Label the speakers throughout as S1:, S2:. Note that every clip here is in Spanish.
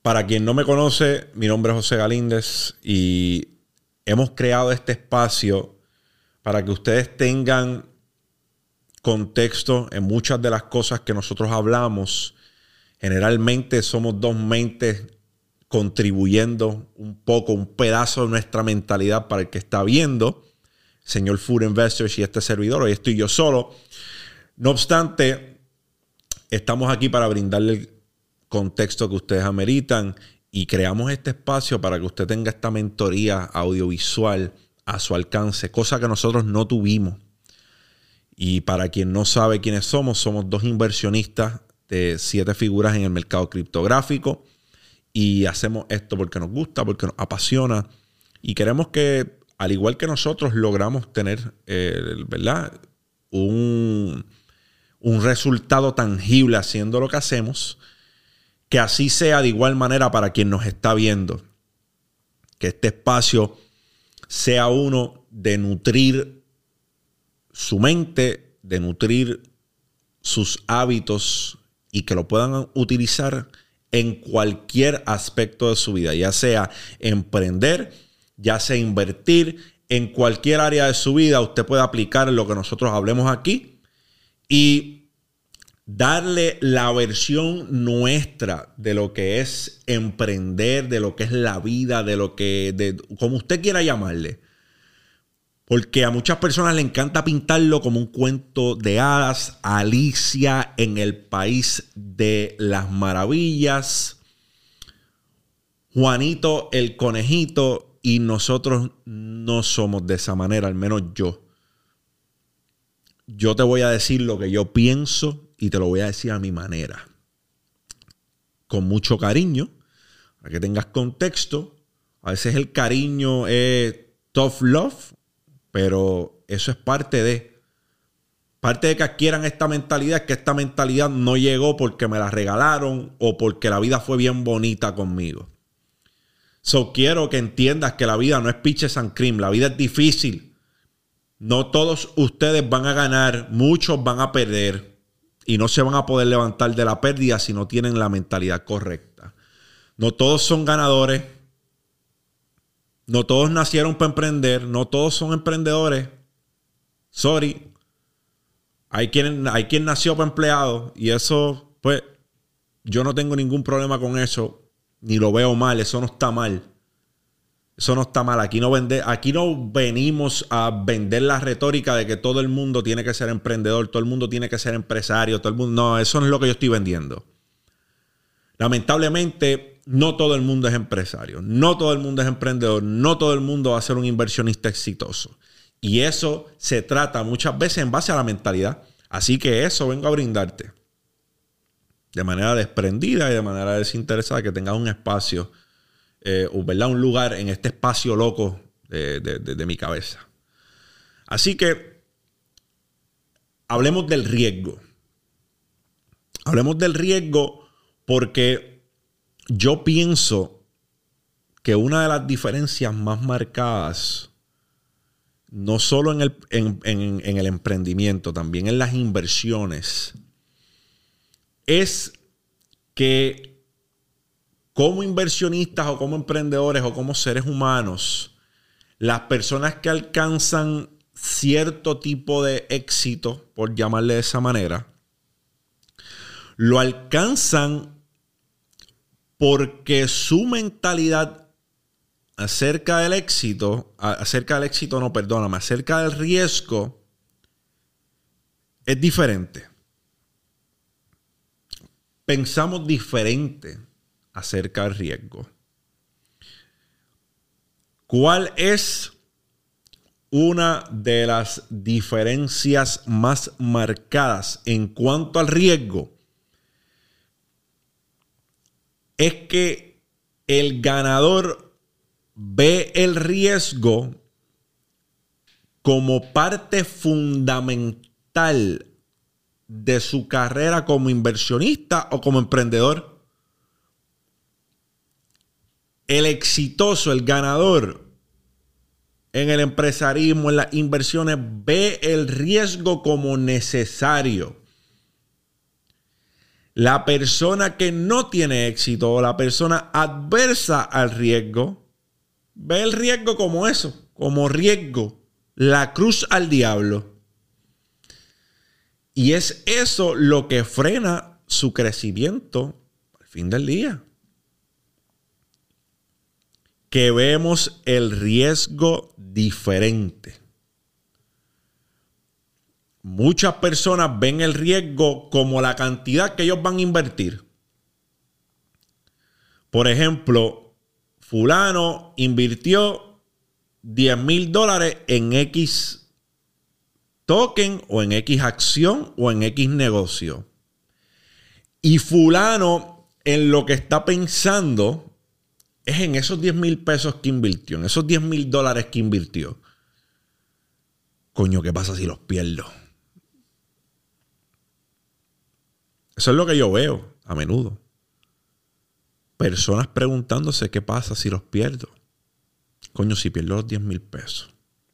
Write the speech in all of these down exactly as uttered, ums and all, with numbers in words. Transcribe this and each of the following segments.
S1: Para quien no me conoce, mi nombre es José Galíndez y hemos creado este espacio para que ustedes tengan contexto en muchas de las cosas que nosotros hablamos. Generalmente somos dos mentes contribuyendo un poco, un pedazo de nuestra mentalidad para el que está viendo. Señor Food Investors y este servidor, hoy estoy yo solo. No obstante, estamos aquí para brindarle el contexto que ustedes ameritan y creamos este espacio para que usted tenga esta mentoría audiovisual a su alcance, cosa que nosotros no tuvimos. Y para quien no sabe quiénes somos, somos dos inversionistas de siete figuras en el mercado criptográfico y hacemos esto porque nos gusta, porque nos apasiona y queremos que, al igual que nosotros, logramos tener eh, ¿verdad? Un, un resultado tangible haciendo lo que hacemos, que así sea de igual manera para quien nos está viendo, que este espacio sea uno de nutrir su mente, de nutrir sus hábitos y que lo puedan utilizar en cualquier aspecto de su vida, ya sea emprender, ya sea invertir, en cualquier área de su vida usted puede aplicar lo que nosotros hablemos aquí y darle la versión nuestra de lo que es emprender, de lo que es la vida, de lo que, de como usted quiera llamarle. Porque a muchas personas le encanta pintarlo como un cuento de hadas, Alicia en el País de las Maravillas, Juanito el Conejito, y nosotros no somos de esa manera, al menos yo. Yo te voy a decir lo que yo pienso y te lo voy a decir a mi manera. Con mucho cariño, para que tengas contexto. A veces el cariño es tough love, pero eso es parte de... Parte de que adquieran esta mentalidad, es que esta mentalidad no llegó porque me la regalaron o porque la vida fue bien bonita conmigo. So, quiero que entiendas que la vida no es peaches and cream. La vida es difícil. No todos ustedes van a ganar. Muchos van a perder. Y no se van a poder levantar de la pérdida si no tienen la mentalidad correcta. No todos son ganadores. No todos nacieron para emprender. No todos son emprendedores. Sorry. Hay quien, hay quien nació para empleado. Y eso, pues, yo no tengo ningún problema con eso. Ni lo veo mal. Eso no está mal. Eso no está mal. Aquí no, vende, aquí no venimos a vender la retórica de que todo el mundo tiene que ser emprendedor, todo el mundo tiene que ser empresario, todo el mundo. No, eso no es lo que yo estoy vendiendo. Lamentablemente, no todo el mundo es empresario, no todo el mundo es emprendedor, no todo el mundo va a ser un inversionista exitoso. Y eso se trata muchas veces en base a la mentalidad. Así que eso vengo a brindarte de manera desprendida y de manera desinteresada, que tengas un espacio. Eh, ¿verdad? Un lugar en este espacio loco de, de, de, de mi cabeza. Así que hablemos del riesgo. Hablemos del riesgo porque yo pienso que una de las diferencias más marcadas, no solo en el, en, en, en el emprendimiento, también en las inversiones, es que como inversionistas o como emprendedores o como seres humanos, las personas que alcanzan cierto tipo de éxito, por llamarle de esa manera, lo alcanzan porque su mentalidad acerca del éxito, acerca del éxito, no, perdóname, acerca del riesgo, es diferente. Pensamos diferente acerca del riesgo. ¿Cuál es una de las diferencias más marcadas en cuanto al riesgo? Es que el ganador ve el riesgo como parte fundamental de su carrera como inversionista o como emprendedor. El exitoso, el ganador en el empresarismo, en las inversiones, ve el riesgo como necesario. La persona que no tiene éxito o la persona adversa al riesgo ve el riesgo como eso, como riesgo, la cruz al diablo. Y es eso lo que frena su crecimiento al fin del día. Que vemos el riesgo diferente. Muchas personas ven el riesgo como la cantidad que ellos van a invertir. Por ejemplo, fulano invirtió diez mil dólares en X token o en X acción o en X negocio. Y fulano en lo que está pensando es en esos diez mil pesos que invirtió, en esos diez mil dólares que invirtió. Coño, ¿qué pasa si los pierdo? Eso es lo que yo veo a menudo. Personas preguntándose qué pasa si los pierdo. Coño, si pierdo los diez mil pesos.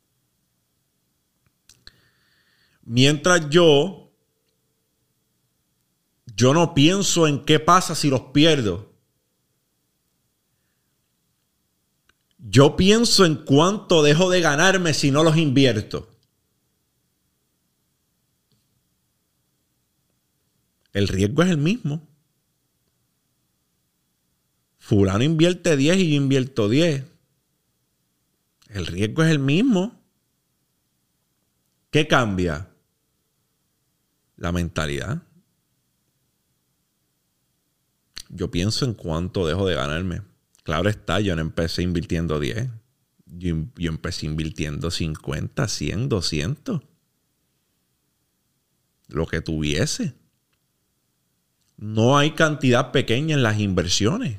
S1: Mientras yo, yo no pienso en qué pasa si los pierdo. Yo pienso en cuánto dejo de ganarme si no los invierto. El riesgo es el mismo. Fulano invierte diez y yo invierto diez. El riesgo es el mismo. ¿Qué cambia? La mentalidad. Yo pienso en cuánto dejo de ganarme. Claro está, yo no empecé invirtiendo diez. Yo, yo empecé invirtiendo cincuenta, cien, doscientos. Lo que tuviese. No hay cantidad pequeña en las inversiones.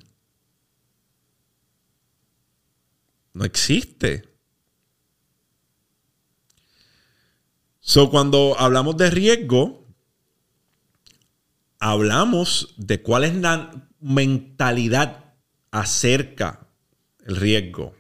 S1: No existe. So, cuando hablamos de riesgo, hablamos de cuál es la mentalidad acerca del riesgo.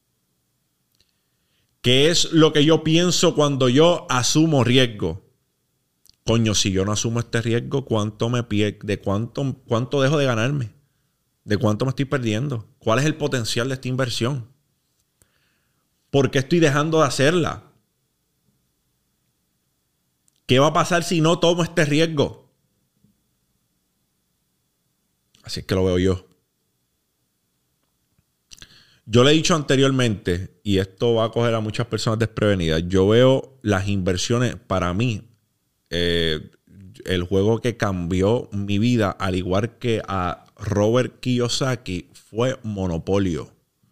S1: ¿Qué es lo que yo pienso cuando yo asumo riesgo? Coño, si yo no asumo este riesgo, ¿cuánto me pierdo? ¿De cuánto, cuánto dejo de ganarme? ¿De cuánto me estoy perdiendo? ¿Cuál es el potencial de esta inversión? ¿Por qué estoy dejando de hacerla? ¿Qué va a pasar si no tomo este riesgo? Así es que lo veo yo. Yo le he dicho anteriormente, y esto va a coger a muchas personas desprevenidas, yo veo las inversiones, para mí, eh, el juego que cambió mi vida, al igual que a Robert Kiyosaki, fue Monopolio.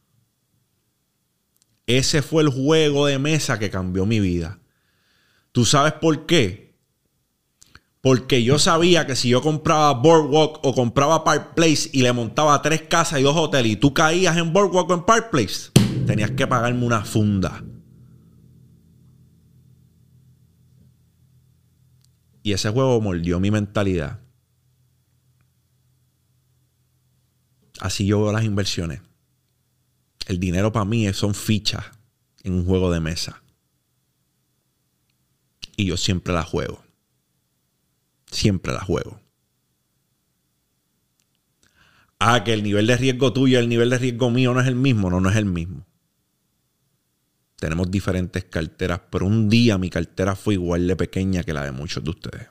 S1: Ese fue el juego de mesa que cambió mi vida. ¿Tú sabes por qué? Porque yo sabía que si yo compraba Boardwalk o compraba Park Place y le montaba tres casas y dos hoteles y tú caías en Boardwalk o en Park Place, tenías que pagarme una funda. Y ese juego moldeó mi mentalidad. Así yo veo las inversiones. El dinero para mí son fichas en un juego de mesa. Y yo siempre la juego. Siempre la juego. Ah, que el nivel de riesgo tuyo y el nivel de riesgo mío no es el mismo. No, no es el mismo. Tenemos diferentes carteras, pero un día mi cartera fue igual de pequeña que la de muchos de ustedes.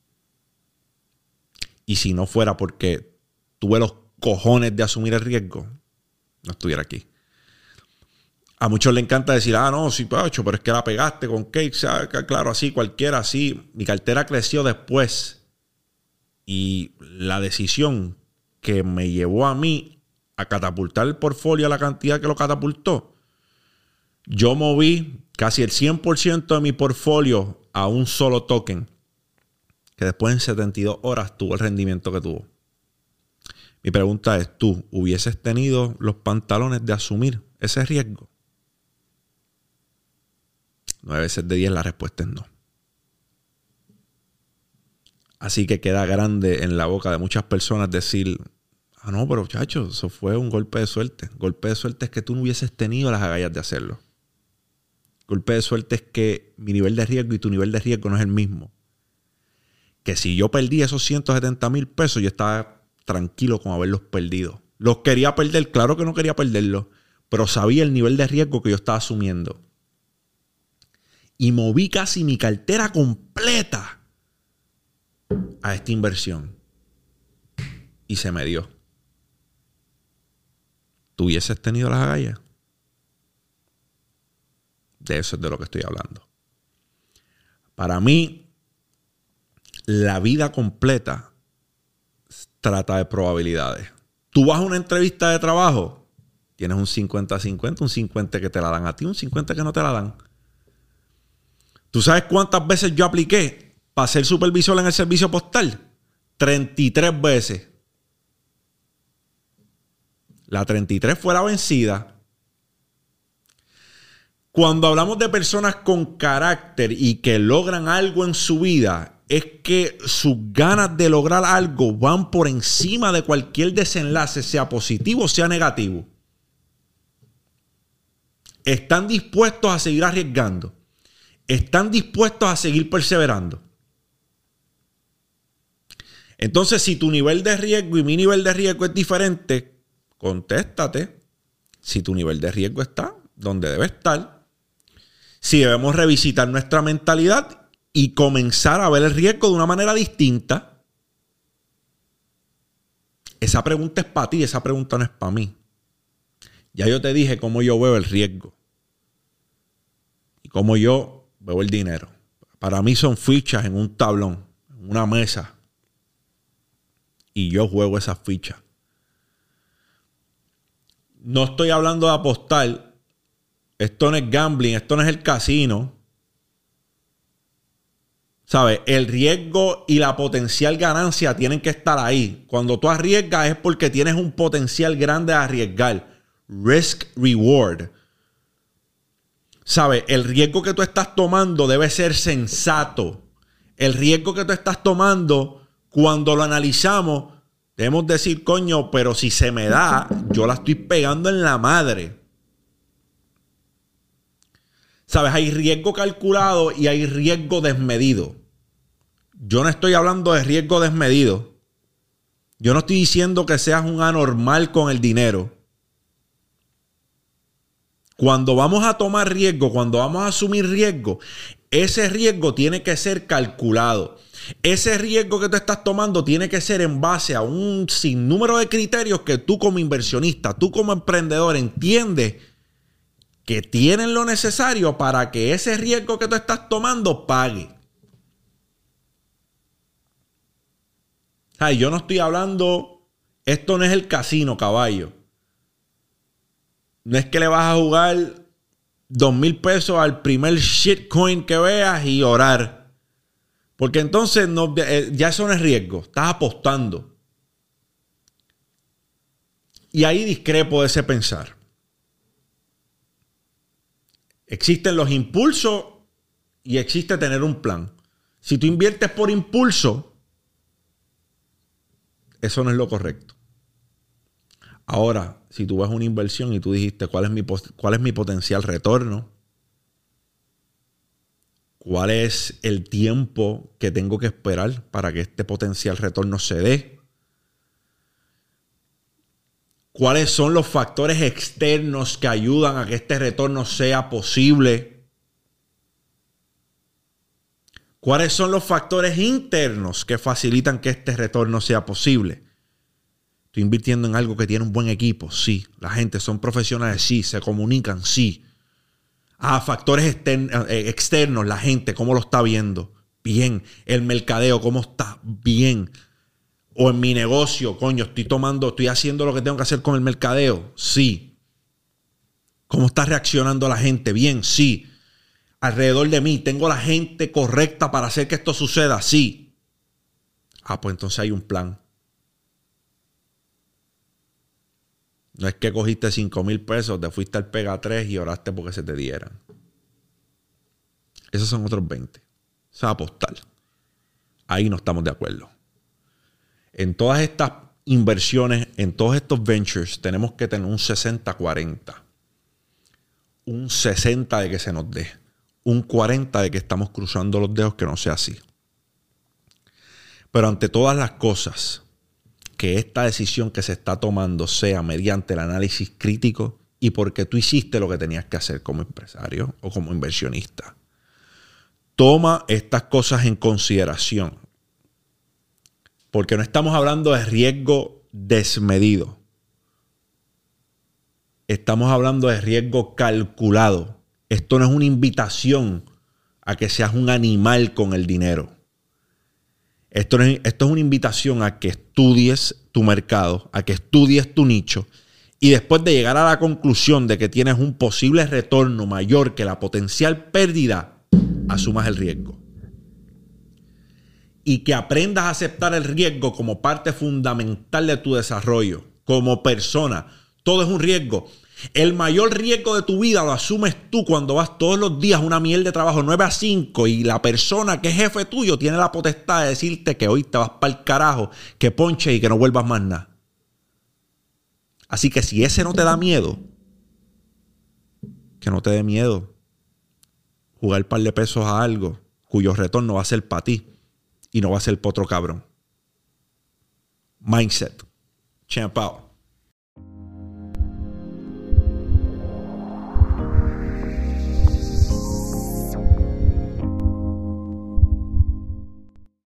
S1: Y si no fuera porque tuve los cojones de asumir el riesgo, no estuviera aquí. A muchos les encanta decir, ah, no, sí, Pacho, pero es que la pegaste con cake. Claro, así, cualquiera, así. Mi cartera creció después. Y la decisión que me llevó a mí a catapultar el portfolio a la cantidad que lo catapultó, yo moví casi el cien por ciento de mi portfolio a un solo token, que después en setenta y dos horas tuvo el rendimiento que tuvo. Mi pregunta es, ¿tú hubieses tenido los pantalones de asumir ese riesgo? Nueve veces de diez la respuesta es no. Así que queda grande en la boca de muchas personas decir, ah, no, pero chacho, eso fue un golpe de suerte. Golpe de suerte es que tú no hubieses tenido las agallas de hacerlo. Golpe de suerte es que mi nivel de riesgo y tu nivel de riesgo no es el mismo. que si yo perdí esos ciento setenta mil pesos, yo estaba tranquilo con haberlos perdido. Los quería perder, claro que no quería perderlos, pero sabía el nivel de riesgo que yo estaba asumiendo. Y moví casi mi cartera completa a esta inversión. Y se me dio. ¿Tú hubieses tenido las agallas? De eso es de lo que estoy hablando. Para mí, la vida completa trata de probabilidades. Tú vas a una entrevista de trabajo, tienes un cincuenta cincuenta, un cincuenta que te la dan a ti, un cincuenta que no te la dan. ¿Tú sabes cuántas veces yo apliqué para ser supervisor en el servicio postal? treinta y tres veces. La treinta y tres fue la vencida. Cuando hablamos de personas con carácter y que logran algo en su vida, es que sus ganas de lograr algo van por encima de cualquier desenlace, sea positivo o sea negativo. Están dispuestos a seguir arriesgando. Están dispuestos a seguir perseverando. Entonces, si tu nivel de riesgo y mi nivel de riesgo es diferente, contéstate si tu nivel de riesgo está donde debe estar. Si debemos revisitar nuestra mentalidad y comenzar a ver el riesgo de una manera distinta. Esa pregunta es para ti, esa pregunta no es para mí. Ya yo te dije cómo yo veo el riesgo y cómo yo veo el dinero. Para mí son fichas en un tablón, en una mesa. Y yo juego esas fichas. No estoy hablando de apostar. Esto no es gambling, esto no es el casino. ¿Sabes? El riesgo y la potencial ganancia tienen que estar ahí. Cuando tú arriesgas es porque tienes un potencial grande de arriesgar. Risk reward. ¿Sabes? El riesgo que tú estás tomando debe ser sensato. El riesgo que tú estás tomando, cuando lo analizamos, debemos decir, coño, pero si se me da, yo la estoy pegando en la madre. ¿Sabes? Hay riesgo calculado y hay riesgo desmedido. Yo no estoy hablando de riesgo desmedido. Yo no estoy diciendo que seas un anormal con el dinero. Cuando vamos a tomar riesgo, cuando vamos a asumir riesgo, ese riesgo tiene que ser calculado. Ese riesgo que tú estás tomando tiene que ser en base a un sinnúmero de criterios que tú como inversionista, tú como emprendedor entiendes que tienen lo necesario para que ese riesgo que tú estás tomando pague. Ay, yo no estoy hablando, esto no es el casino, caballo. No es que le vas a jugar dos mil pesos al primer shitcoin que veas y orar. Porque entonces no, ya eso no es riesgo. Estás apostando. Y ahí discrepo de ese pensar. Existen los impulsos y existe tener un plan. Si tú inviertes por impulso, eso no es lo correcto. Ahora, si tú ves una inversión y tú dijiste cuál es mi, cuál es mi potencial retorno, cuál es el tiempo que tengo que esperar para que este potencial retorno se dé, cuáles son los factores externos que ayudan a que este retorno sea posible, cuáles son los factores internos que facilitan que este retorno sea posible. Estoy invirtiendo en algo que tiene un buen equipo, sí. La gente son profesionales, sí. Se comunican, sí. Ah, factores externos, eh, externos, la gente, ¿cómo lo está viendo? Bien. El mercadeo, ¿cómo está? Bien. O en mi negocio, coño, estoy tomando, estoy haciendo lo que tengo que hacer con el mercadeo, sí. ¿Cómo está reaccionando la gente? Bien, sí. Alrededor de mí, ¿tengo la gente correcta para hacer que esto suceda? Sí. Ah, pues entonces hay un plan. No es que cogiste cinco mil pesos, te fuiste al Pega tres y oraste porque se te dieran. Esos son otros veinte. Eso es apostar. Ahí no estamos de acuerdo. En todas estas inversiones, en todos estos ventures, tenemos que tener un sesenta cuarenta. Un sesenta de que se nos dé. Un cuarenta de que estamos cruzando los dedos que no sea así. Pero ante todas las cosas, que esta decisión que se está tomando sea mediante el análisis crítico y porque tú hiciste lo que tenías que hacer como empresario o como inversionista. Toma estas cosas en consideración. Porque no estamos hablando de riesgo desmedido. Estamos hablando de riesgo calculado. Esto no es una invitación a que seas un animal con el dinero. Esto, no es, esto es una invitación a que estudies tu mercado, a que estudies tu nicho y después de llegar a la conclusión de que tienes un posible retorno mayor que la potencial pérdida, asumas el riesgo. Y que aprendas a aceptar el riesgo como parte fundamental de tu desarrollo como persona. Todo es un riesgo. El mayor riesgo de tu vida lo asumes tú cuando vas todos los días a una miel de trabajo nueve a cinco y la persona que es jefe tuyo tiene la potestad de decirte que hoy te vas para el carajo, que ponche y que no vuelvas más nada. Así que si ese no te da miedo, que no te dé miedo jugar un par de pesos a algo cuyo retorno va a ser para ti y no va a ser para otro cabrón. Mindset. Champ out.